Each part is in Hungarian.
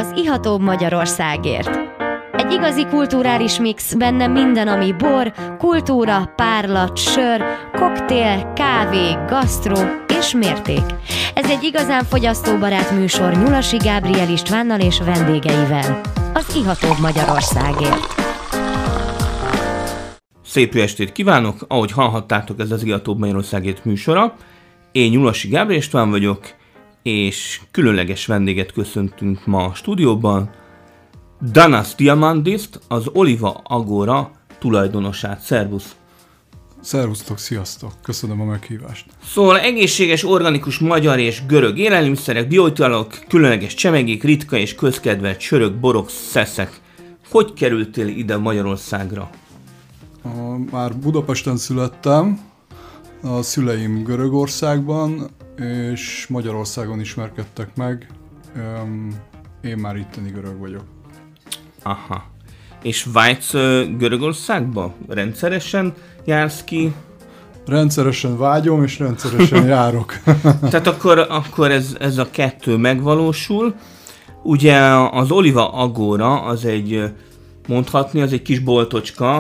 az ihatóbb Magyarországért. Egy igazi kulturális mix, benne minden, ami bor, kultúra, párlat, sör, koktél, kávé, gasztró és mérték. Ez egy igazán fogyasztóbarát műsor Nyulasi Gábriel Istvánnal és vendégeivel. Az ihatóbb Magyarországért. Szép jó estét kívánok! Ahogy hallhattátok, ez az ihatóbb Magyarországért műsora. Én Nyulasi Gábriel István vagyok, és különleges vendéget köszöntünk ma a stúdióban. Danas Diamandist, az Oliva Agora tulajdonosát. Szervusz! Szervusztok, sziasztok! Köszönöm a meghívást! Szóval egészséges, organikus magyar és görög élelmiszerek, bioitalok, különleges csemegék, ritka és közkedvelt sörök, borok, szeszek. Hogy kerültél ide Magyarországra? Már Budapesten születtem, a szüleim Görögországban, és Magyarországon ismerkedtek meg. Én már itteni görög vagyok. Aha. És vágysz Görögországba? Rendszeresen jársz ki? Rendszeresen vágyom, és rendszeresen járok. Tehát akkor ez a kettő megvalósul. Ugye az Oliva Agora az egy, mondhatni, az egy kis boltocska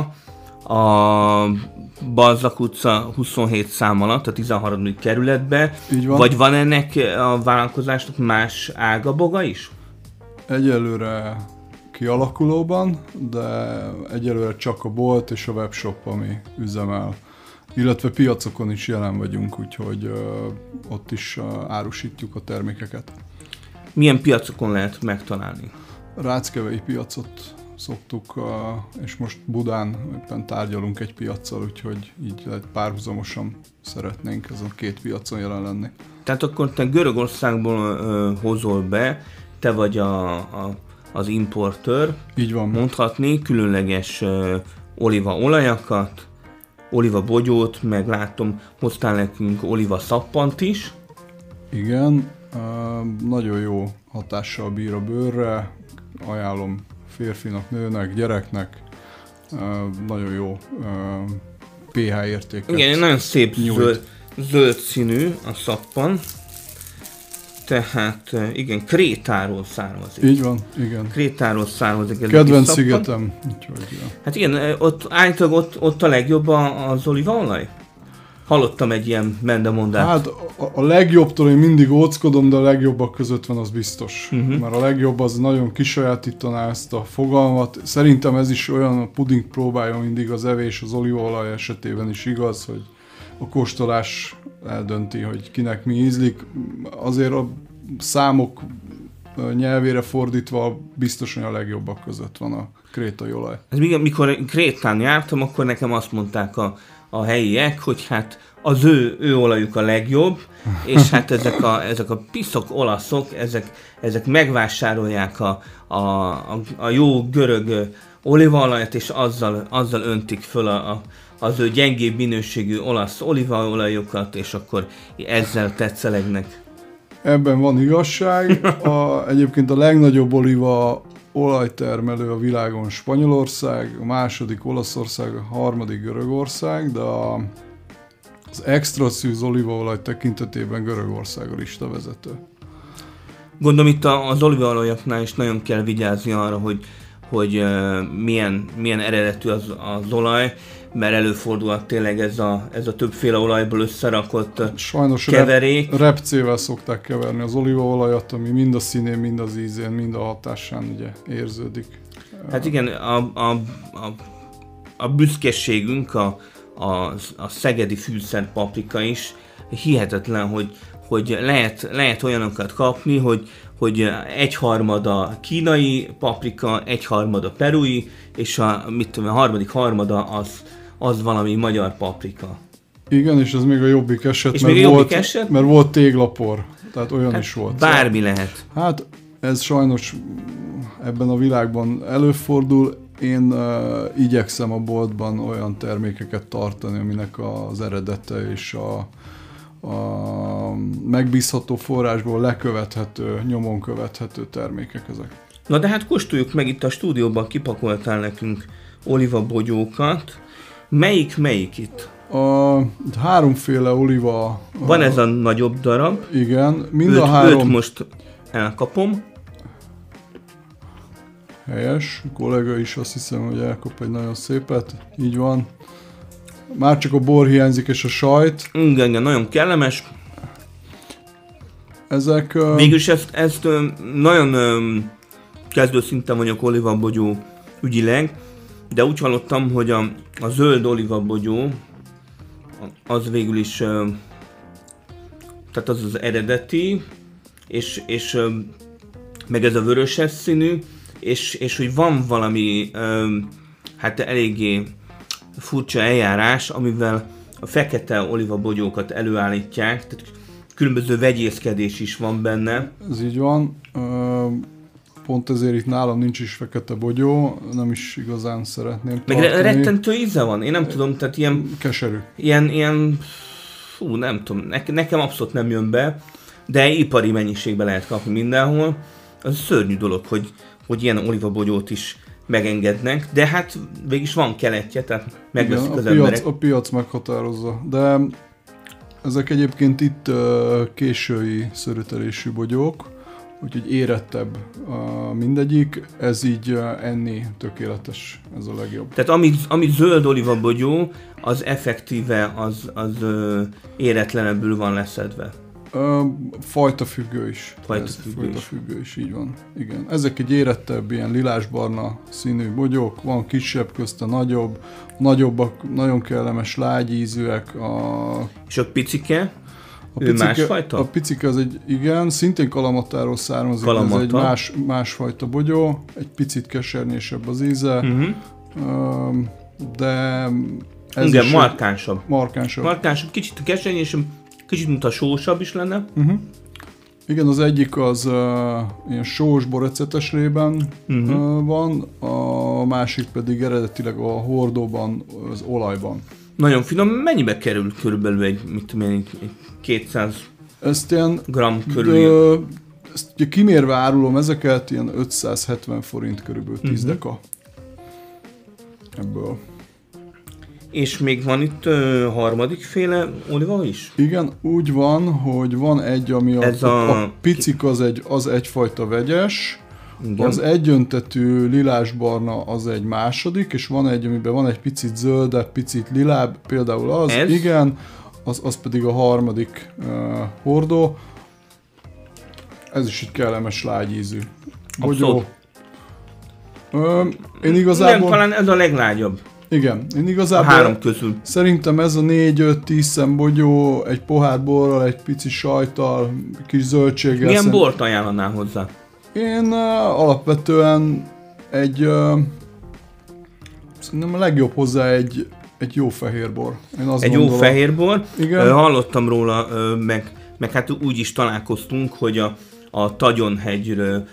a Balzak utca 27 szám alatt, a 13. kerületbe. Így van. Vagy van ennek a vállalkozásnak más ágaboga is? Egyelőre kialakulóban, de egyelőre csak a bolt és a webshop, ami üzemel. Illetve piacokon is jelen vagyunk, úgyhogy ott is árusítjuk a termékeket. Milyen piacokon lehet megtalálni? Ráckevei piacot szoktuk, és most Budán éppen tárgyalunk egy piaccal, úgyhogy így párhuzamosan szeretnénk ezen a két piacon jelen lenni. Tehát akkor te Görögországból hozol be, te vagy az importőr, így van. Mondhatni, különleges olívaolajakat, olívabogyót, meg látom, hoztál nekünk olívasappant is. Igen, nagyon jó hatással bír a bőrre, ajánlom férfinak, nőnek, gyereknek, nagyon jó pH értéket. Igen, nagyon szép zöld színű a szappan. Tehát igen, Krétáról származik. Így van, igen. Krétáról származik. Kedvenc szigetem. Úgyhogy, ja. Hát igen, általában ott a legjobb az olívaolaj? Hallottam egy ilyen mendemondást. Hát a legjobbtól én mindig óckodom, de a legjobbak között van, az biztos. Mert a legjobb az nagyon kisajátítaná ezt a fogalmat. Szerintem ez is olyan, a puding próbálja mindig az evés, az olívaolaj esetében is igaz, hogy a kóstolás eldönti, hogy kinek mi ízlik. Azért a számok nyelvére fordítva biztosan a legjobbak között van a krétai olaj. Mikor Krétán jártam, akkor nekem azt mondták a helyiek, hogy hát az ő olajuk a legjobb, és hát ezek a piszok olaszok, ezek megvásárolják a jó görög olívaolajat, és azzal öntik föl az ő gyengébb minőségű olasz olívaolajokat, és akkor ezzel tetszelegnek. Ebben van igazság. Egyébként a legnagyobb olíva olajtermelő a világon Spanyolország, a második Olaszország, a harmadik Görögország, de az extra szűz olívaolaj tekintetében Görögország a listavezető. Gondolom itt az olívaolajaknál is nagyon kell vigyázni arra, hogy milyen eredetű az olaj, mert előfordulhat tényleg ez a többféle olajból összerakott sajnos keverék. Repcével szokták keverni az olívaolajat, ami mind a színén, mind az ízén, mind a hatásán ugye érződik. Hát igen, a büszkeségünk, a szegedi fűszerpaprika is hihetetlen, hogy lehet olyanokat kapni, hogy egyharmada kínai paprika, egyharmada perui, és a harmadik harmada az valami magyar paprika. Igen, és ez még a jobbik eset, mert volt téglapor, tehát olyan is volt. Bármi lehet. Hát ez sajnos ebben a világban előfordul. Én igyekszem a boltban olyan termékeket tartani, aminek az eredete és a megbízható forrásból lekövethető, nyomon követhető termékek ezek. Na de hát kóstoljuk meg, itt a stúdióban kipakoltál nekünk olivabogyókat. Melyik itt? Háromféle oliva. Van ez a nagyobb darab. Igen, mind a három. Őt most elkapom. helyes. A kollega is azt hiszem, hogy elkap egy nagyon szépet. Így van. Már csak a bor hiányzik és a sajt. Igen, nagyon kellemes. Ezek... Végülis ezt nagyon kezdőszinten vagyok olivabogyó ügyileg, de úgy hallottam, hogy a zöld olivabogyó az végül is, tehát az eredeti, és meg ez a vöröses színű, és hogy van valami hát eléggé furcsa eljárás, amivel a fekete olivabogyókat előállítják, tehát különböző vegyészkedés is van benne. Ez így van. Pont ezért itt nálam nincs is fekete bogyó, nem is igazán szeretném tartani. Meg rettentő íze van, én nem tudom, tehát ilyen... Keserű. Ilyen fú, nem tudom, nekem abszolút nem jön be, de ipari mennyiségben lehet kapni mindenhol. Az szörnyű dolog, hogy ilyen olivabogyót is megengednek, de hát végig van keletje, tehát megveszik az emberek. A piac meghatározza, de ezek egyébként itt késői szőrötelésű bogyók, úgyhogy érettebb mindegyik, ez így enni tökéletes, ez a legjobb. Tehát ami zöld olivabogyó, az effektíve, az éretlenebbül van leszedve. Fajta függő is. Fajta függő is, így van. Igen. Ezek egy érettebb, ilyen lilásbarna színű bogyók, van kisebb közte, nagyobbak, nagyon kellemes, lágyízűek. És a picike? Ő másfajta? A picike az egy, igen, szintén Kalamatáról származik, Kalamata. Ez egy másfajta bogyó, egy picit kesernésebb az íze, de ez igen, is markánsabb. Markánsabb, kicsit kesernyésebb, kicsit mint a sósabb is lenne. Igen, az egyik az ilyen sós borecetesrében van, a másik pedig eredetileg a hordóban, az olajban. Nagyon finom, mennyibe kerül körülbelül egy 200 gram körül? Ezt kimérve árulom ezeket, ilyen 570 forint körülbelül 10 deka. Ebből. És még van itt harmadik féle oliva is? Igen, úgy van, hogy van egy, ami a picik az egyfajta vegyes, igen. Az egyöntetű lilásbarna az egy második, és van egy, amiben van egy picit zöldebb, picit lilább, például az, ez? Igen, az pedig a harmadik hordó. Ez is egy kellemes lágyízű bogyó. Én igazából... Igen, talán ez a leglágyabb. Igen, én igazából... A három közül. Szerintem ez a 4-5-10 szem bogyó, egy pohár borral, egy pici sajttal, kis zöldséggel... Milyen bort ajánlanál hozzá? Én alapvetően szerintem a legjobb hozzá egy jó fehérbor. Egy jó fehérbor. Igen. Hallottam róla, meg hát úgy is találkoztunk, hogy a Tagyonhegyről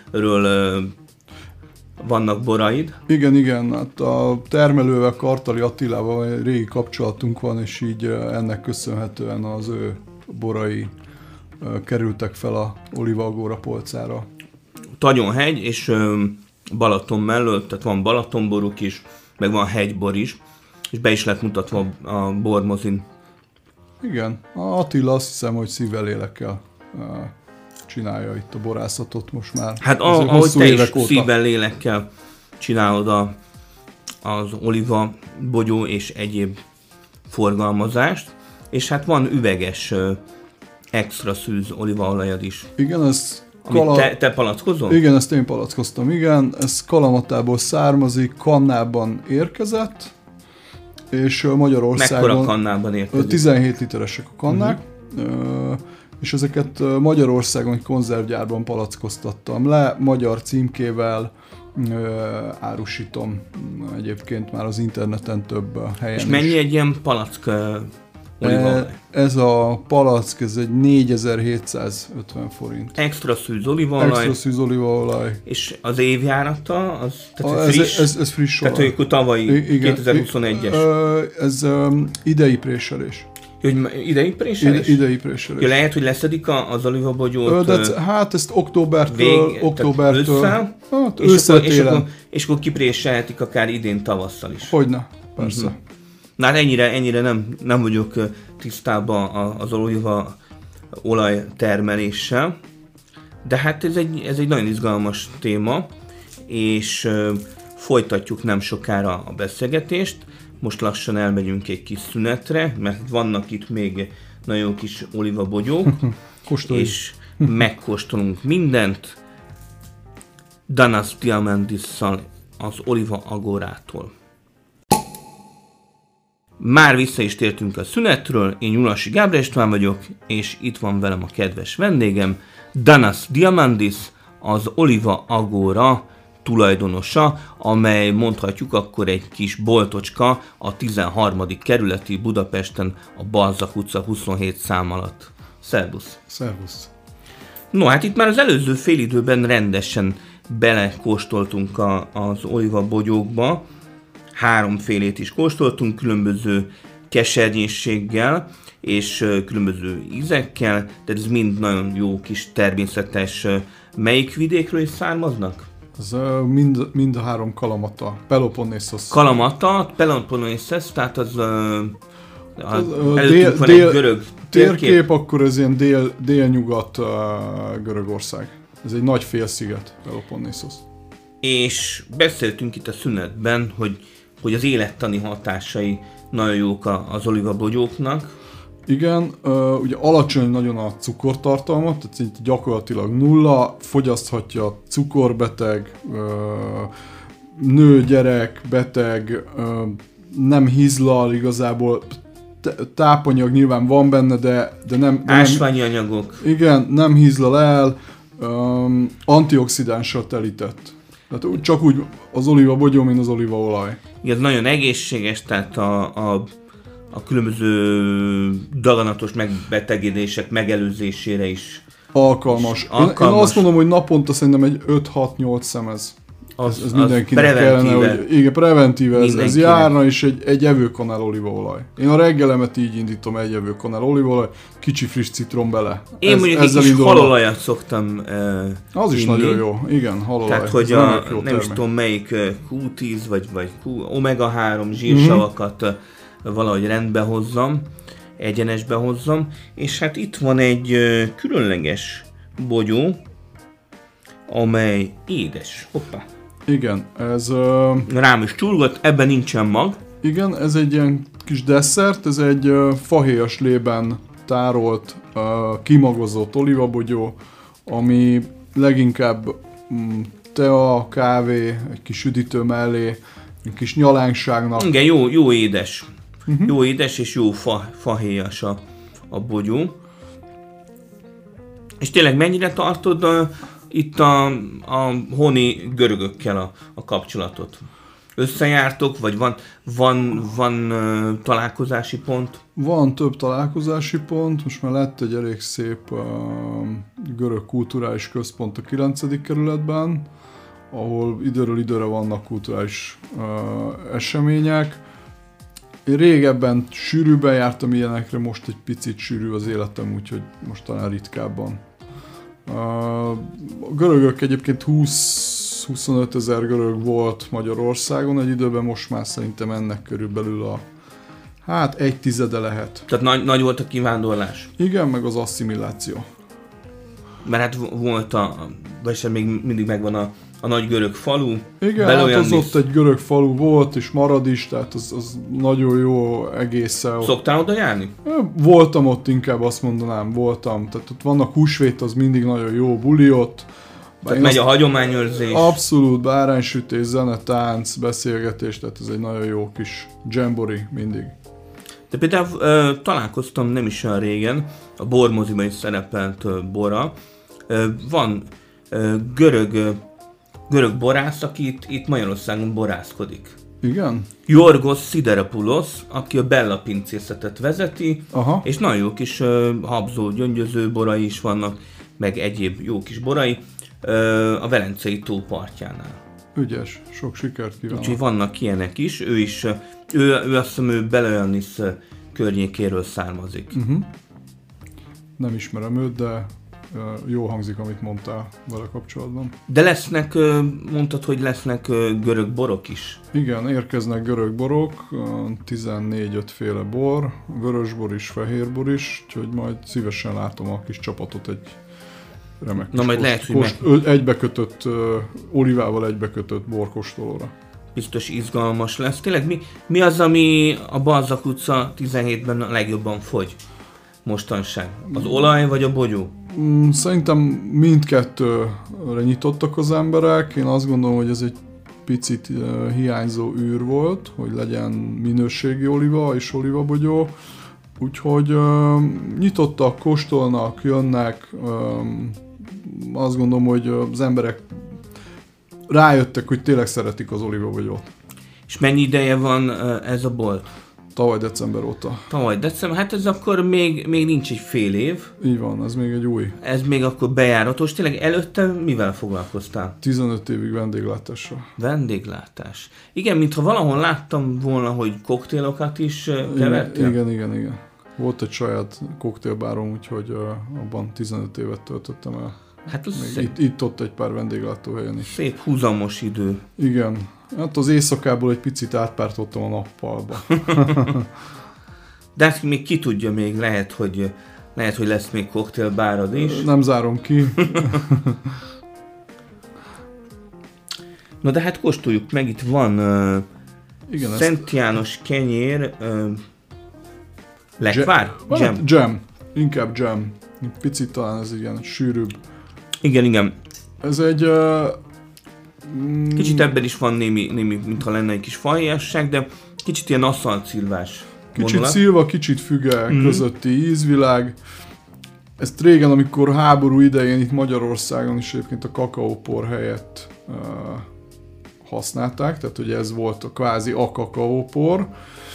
vannak boraid. Igen, hát a termelővel, Kartali Attilával régi kapcsolatunk van, és így ennek köszönhetően az ő borai kerültek fel a Olivagóra polcára. Tagyonhegy és Balaton mellett, tehát van Balatonboruk is, meg van hegybor is, és be is lett mutatva a bormozin. Igen, a Attila azt hiszem, hogy szívvel lélekkel csinálja itt a borászatot most már. Hát ahogy te is szívvel lélekkel csinálod az oliva, bogyó és egyéb forgalmazást, és hát van üveges extra szűz olívaolajad is. Igen, ez... Te palackozol? Igen, ezt én palackoztam, igen. Ez Kalamatából származik, kannában érkezett, és Magyarországon... Mekkora kannában érkezik? 17 literesek a kannák, és ezeket Magyarországon egy konzervgyárban palackoztattam le, magyar címkével árusítom egyébként már az interneten több helyen. És mennyi egy ilyen palack olívaolaj? Ez a palack, ez egy 4750 forint. Extra szűz olívaolaj. És az évjárata, az tehát friss? Ez friss olaj. Tehát hogy tavalyi, 2021-es. Ez idei préselés. Idei préselés? Idei préselés. Lehet, hogy leszedik az olivabogyót? Hát ezt októbertől ősszel, télen. És akkor kipréselhetik akár idén tavasszal is. Hogyne, persze. Na hát ennyire nem vagyok tisztában az olívaolaj termeléssel, de hát ez egy nagyon izgalmas téma, és folytatjuk nem sokára a beszélgetést. Most lassan elmegyünk egy kis szünetre, mert vannak itt még nagyon kis olivabogyók, és megkóstolunk mindent Danas Diamantisszal, az Oliva Agórától. Már vissza is tértünk a szünetről, én Nyulasi Gábor István vagyok, és itt van velem a kedves vendégem, Danas Diamantis, az Oliva Agóra tulajdonosa, amely mondhatjuk akkor egy kis boltocska a 13. kerületi Budapesten a Balzak utca 27 szám alatt. Szervusz! Szervusz! No, hát itt már az előző félidőben rendesen belekóstoltunk az olivabogyókba. 3 félét is kóstoltunk, különböző kesernyésséggel és különböző ízekkel, de ez mind nagyon jó kis természetes. Melyik vidékről is származnak? Ez mind a 3 Kalamata, Peloponnesos. Kalamata, Peloponnesos, tehát az előttünk van egy görög térkép, akkor ez ilyen délnyugat Görögország. Ez egy nagy félsziget, Peloponnesos. És beszéltünk itt a szünetben, hogy az élettani hatásai nagyon jók az olivabogyóknak. Igen, ugye alacsony nagyon a cukortartalma, tehát gyakorlatilag nulla, fogyaszthatja a cukorbeteg, nő, gyerek, beteg, nem hízlal igazából, tápanyag nyilván van benne, de nem... Ásványi anyagok. Igen, nem hízlal el, antioxidánssal telített. Tehát csak úgy az olivabogyó, mint az olívaolaj. Igen, ez nagyon egészséges, tehát a különböző daganatos megbetegedések megelőzésére is alkalmas. Én azt mondom, hogy naponta szerintem egy 5-6-8 szemez. Ez mindenkinek kellene, hogy igen, preventíve ez járna, és egy evőkanál olívaolaj. Én a reggelemet így indítom, egy evőkanál olívaolaj, kicsi friss citrom bele. Én mondjuk egy kis halolajat szoktam az is nagyon jó, igen, halolaj. Tehát, hogy nem is tudom melyik Q10 vagy omega-3 zsírsavakat valahogy rendbe hozzam, egyenesbe hozzam, és hát itt van egy különleges bogyó, amely édes. Hoppá. Igen, ez... Rám is csurgott, ebben nincsen mag. Igen, ez egy ilyen kis desszert, ez egy fahéjas lében tárolt, kimagozott olivabogyó, ami leginkább tea, kávé, egy kis üdítő mellé, egy kis nyalánkságnak. Igen, jó édes. Jó édes és jó fahéjas a bogyó. És tényleg mennyire tartod itt a honi görögökkel a kapcsolatot? Összejártok, vagy van találkozási pont? Van több találkozási pont, most már lett egy elég szép görög kulturális központ a 9. kerületben, ahol időről időre vannak kulturális események. Én régebben sűrűbben jártam ilyenekre, most egy picit sűrű az életem, úgyhogy most talán ritkábban. A görögök egyébként 20-25 ezer görög volt Magyarországon egy időben, most már szerintem ennek körülbelül egy tizede lehet. Tehát nagy volt a kivándorlás? Igen, meg az asszimiláció. Mert hát volt vagy még mindig megvan a nagy görög falu. Igen, hát az ott egy görög falu volt, és marad is, tehát az nagyon jó egészen. Szoktál oda járni? Voltam ott, inkább azt mondanám, voltam. Tehát ott vannak húsvét, az mindig nagyon jó buli ott. Tehát megy a hagyományőrzés. Abszolút, báránysütés, zene, tánc, beszélgetés, tehát ez egy nagyon jó kis dzsembori mindig. De például találkoztam nem is olyan régen, a Bormoziban is szerepelt Bora. Van görög borász, aki itt Magyarországon borászkodik. Igen? Yorgos Siderapoulos, aki a Bella pincészetet vezeti, aha, és nagyon jó kis habzó, gyöngyöző borai is vannak, meg egyéb jó kis borai a Velencei tó partjánál. Ügyes, sok sikert kívánok. Úgyhogy vannak ilyenek is, ő azt hiszem, ő Beleonis környékéről származik. Nem ismerem őt, de jó hangzik, amit mondtál vele kapcsolatban. De lesznek, mondtad, hogy lesznek görög borok is? Igen, érkeznek görög borok, 14-5 féle bor, vörösbor is, fehérbor is, úgyhogy majd szívesen látom a kis csapatot egy remek. Na majd lehet, hogy egybekötött, olivával egybekötött borkóstolóra. Biztos izgalmas lesz. Tényleg mi az, ami a Balzak utca 17-ben a legjobban fogy mostanság? Az olaj vagy a bogyó? Szerintem mindkettőre nyitottak az emberek. Én azt gondolom, hogy ez egy picit hiányzó űr volt, hogy legyen minőségi oliva és olivabogyó. Úgyhogy nyitottak, kóstolnak, jönnek. Azt gondolom, hogy az emberek rájöttek, hogy tényleg szeretik az olivabogyót. És mennyi ideje van ez a bolt? Tavaly december óta. Tavaly december, hát ez akkor még nincs egy fél év. Így van, ez még egy új. Ez még akkor bejáratos. Tényleg előtte mivel foglalkoztál? 15 évig vendéglátással. Vendéglátás. Igen, mintha valahol láttam volna, hogy koktélokat is kevertél? Igen. Volt egy saját koktélbárom, úgyhogy abban 15 évet töltöttem el. Hát az itt-ott egy pár vendéglátóhelyen is. Szép húzamos idő. Igen. Hát az éjszakából egy picit átpártoltam a nappalba. De hát még ki tudja, még lehet, hogy lesz még koktélbárad is. Nem zárom ki. Na de hát kóstoljuk meg, itt van Szent János kenyér, lekvár? Jam. Inkább jam. Picit talán ez ilyen sűrűbb. Igen. Ez egy... Kicsit ebben is van némi, mintha lenne egy kis fahéjasság, de kicsit ilyen aszaltszilvás Kicsit szilva, kicsit füge közötti ízvilág. Ezt régen, amikor háború idején itt Magyarországon is egyébként a kakaópor helyett használták, tehát hogy ez volt a kvázi a kakaópor.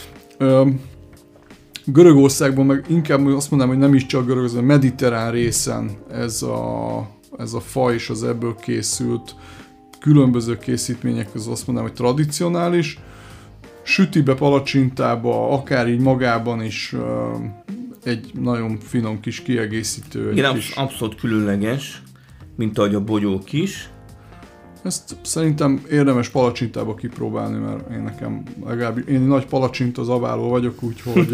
Görögországban meg inkább azt mondanám, hogy nem is csak Görögország, a mediterrán részen ez a fa és az ebből készült különböző készítmények közül azt mondanám, hogy tradicionális. Sütibe, palacsintába, akár így magában is egy nagyon finom kis kiegészítő. Igen, abszolút különleges, mint ahogy a bogyók is. Ezt szerintem érdemes palacsintába kipróbálni, mert én nagy palacsinta zabáló vagyok, úgyhogy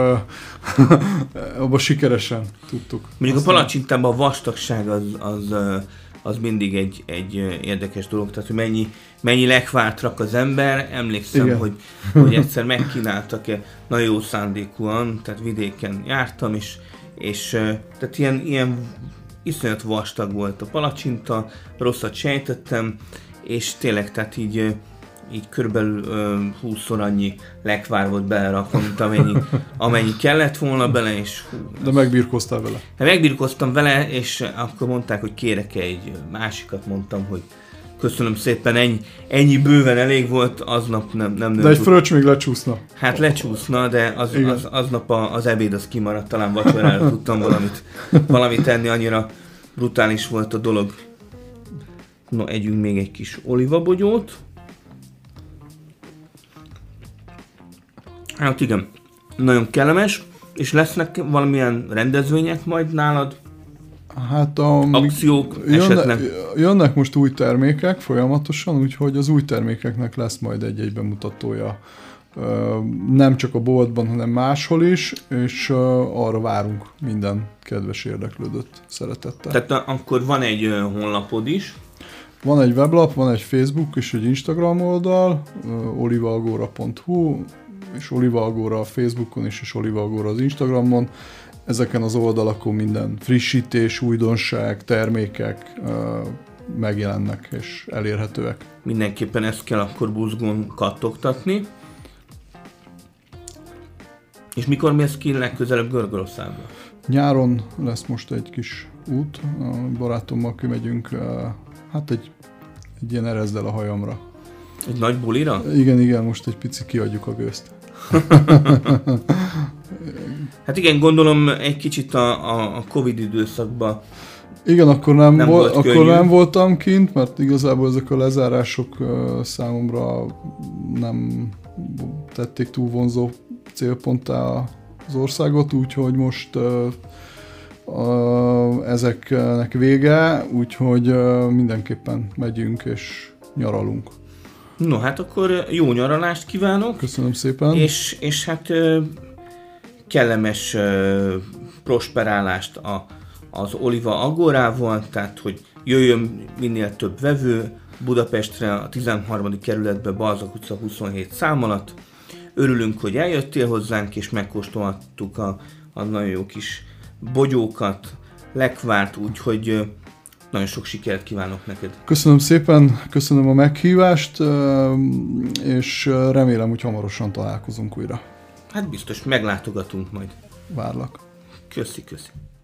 abban sikeresen tudtuk. Mondjuk a palacsintában a vastagság az mindig egy érdekes dolog, tehát hogy mennyi lekvárt rak az ember. Emlékszem, hogy egyszer megkínáltak nagyon jó szándékúan, tehát vidéken jártam, és tehát ilyen iszonyat vastag volt a palacsinta, rosszat sejtettem, és tényleg tehát így körülbelül 20-szor annyi lekvár volt belerakva, mint amennyi kellett volna bele, és... De megbirkóztál vele? Megbirkóztam vele, és akkor mondták, hogy kérek egy másikat, mondtam, hogy köszönöm szépen, ennyi bőven elég volt, aznap nem de egy fröccs még lecsúszna. Hát lecsúszna, de aznap az ebéd az kimaradt, talán vacsorára tudtam valamit tenni, annyira brutális volt a dolog. No, együnk még egy kis olivabogyót. Hát igen, nagyon kellemes, és lesznek valamilyen rendezvények majd nálad? Hát akciók esetleg? Jönnek most új termékek folyamatosan, úgyhogy az új termékeknek lesz majd egy bemutatója. Nem csak a boltban, hanem máshol is, és arra várunk minden kedves érdeklődött szeretettel. Tehát akkor van egy honlapod is? Van egy weblap, van egy Facebook és egy Instagram oldal, olivaagora.hu, és Oliva Agora a Facebookon is, és Oliva Agora az Instagramon. Ezeken az oldalakon minden frissítés, újdonság, termékek megjelennek és elérhetőek. Mindenképpen ezt kell akkor buzgón kattogtatni. És mikor mész ki legközelebb Görögországba? Nyáron lesz most egy kis út, a barátommal kimegyünk, hát egy ilyen erezdel a hajamra. Egy nagy bulira? Igen, most egy picit kiadjuk a gőzt. Hát igen, gondolom egy kicsit a Covid időszakban. Igen, akkor nem voltam kint, mert igazából ezek a lezárások számomra nem tették túl vonzó célponttá az országot, úgyhogy most ezeknek vége, úgyhogy mindenképpen megyünk és nyaralunk. No, hát akkor jó nyaralást kívánok. Köszönöm szépen. És hát kellemes prosperálást a az Oliva Agorával, tehát hogy jöjjön minél több vevő Budapestre, a 13. kerületbe, Balzak utca 27 szám alatt. Örülünk, hogy eljöttél hozzánk, és megkóstolhattuk a nagyon jó kis bogyókat, lekvárt, úgyhogy nagyon sok sikert kívánok neked. Köszönöm szépen, köszönöm a meghívást, és remélem, hogy hamarosan találkozunk újra. Hát biztos, meglátogatunk majd. Várlak. Köszi.